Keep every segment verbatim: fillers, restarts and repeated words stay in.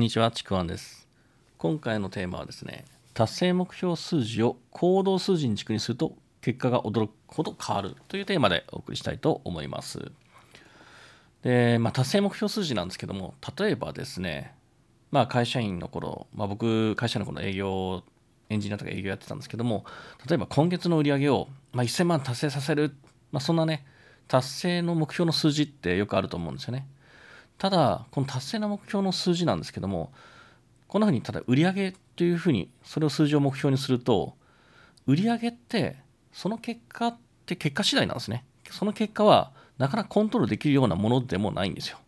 こんにちは、ちくわんです。今回のテーマはですね、達成目標数字を行動数字に軸にすると結果が驚くほど変わるというテーマでお送りしたいと思います。で、まあ、達成目標数字なんですけども、例えばですね、まあ、会社員の頃、まあ、僕、会社の頃営業、エンジニアとか営業やってたんですけども、例えば今月の売り上げを、まあ、せんまん達成させる、まあ、そんなね、達成の目標の数字ってよくあると思うんですよね。ただ、この達成の目標の数字なんですけども、こんなふうにただ売上というふうにそれを数字を目標にすると、売上ってその結果って結果次第なんですね。その結果はなかなかコントロールできるようなものでもないんですよ。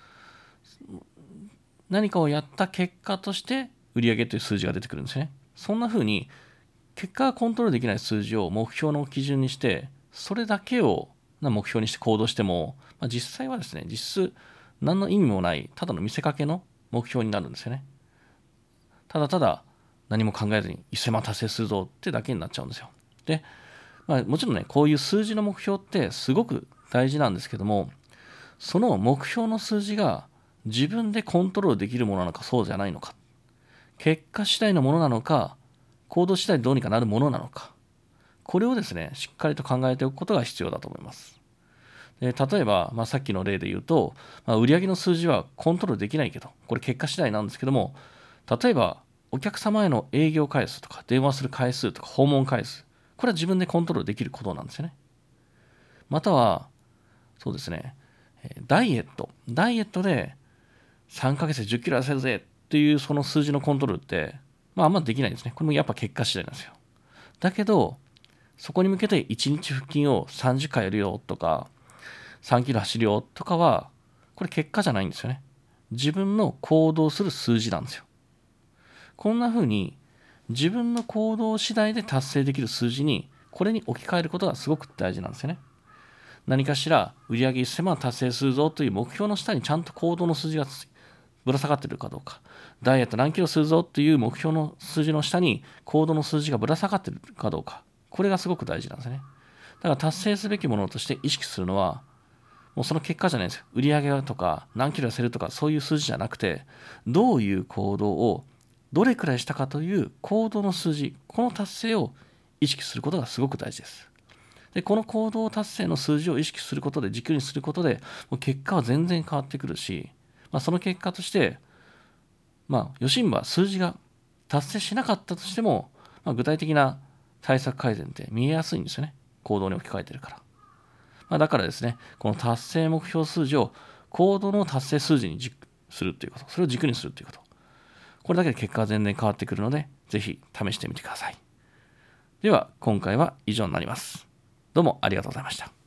何かをやった結果として売上という数字が出てくるんですね。そんなふうに結果がコントロールできない数字を目標の基準にして、それだけを目標にして行動しても、まあ、実際はですね、実質何の意味もないただの見せかけの目標になるんですよね。ただただ何も考えずにせんまん達成するぞってだけになっちゃうんですよ。で、まあ、もちろんね、こういう数字の目標ってすごく大事なんですけども、その目標の数字が自分でコントロールできるものなのかそうじゃないのか、結果次第のものなのか、行動次第でどうにかなるものなのか、これをですね、しっかりと考えておくことが必要だと思います。で例えば、まあ、さっきの例で言うと、まあ、売上の数字はコントロールできないけど、これ結果次第なんですけども、例えばお客様への営業回数とか電話する回数とか訪問回数、これは自分でコントロールできることなんですよね。またはそうですね、ダイエットダイエットでさんかげつでじゅっキロ痩せるぜっていうその数字のコントロールって、まあ、あんまできないんですね。これもやっぱ結果次第なんですよ。だけどそこに向けていちにち腹筋をさんじゅっかいやるよとかさんキロ走るよとかは、これ結果じゃないんですよね。自分の行動する数字なんですよ。こんな風に自分の行動次第で達成できる数字に、これに置き換えることがすごく大事なんですよね。何かしら売上せんまん達成するぞという目標の下にちゃんと行動の数字がぶら下がっているかどうか、ダイエット何キロするぞという目標の数字の下に行動の数字がぶら下がっているかどうか、これがすごく大事なんですね。だから達成すべきものとして意識するのは、もうその結果じゃないんですよ。売上とか何キロ痩せるとかそういう数字じゃなくて、どういう行動をどれくらいしたかという行動の数字、この達成を意識することがすごく大事です。で、この行動達成の数字を意識することで、軸にすることで、もう結果は全然変わってくるし、まあ、その結果として、まあ、余震は数字が達成しなかったとしても、まあ、具体的な対策改善って見えやすいんですよね。行動に置き換えてるから。まあ、だからですね、この達成目標数字を行動の達成数字にするということ、それを軸にするということ。これだけで結果が全然変わってくるので、ぜひ試してみてください。では、今回は以上になります。どうもありがとうございました。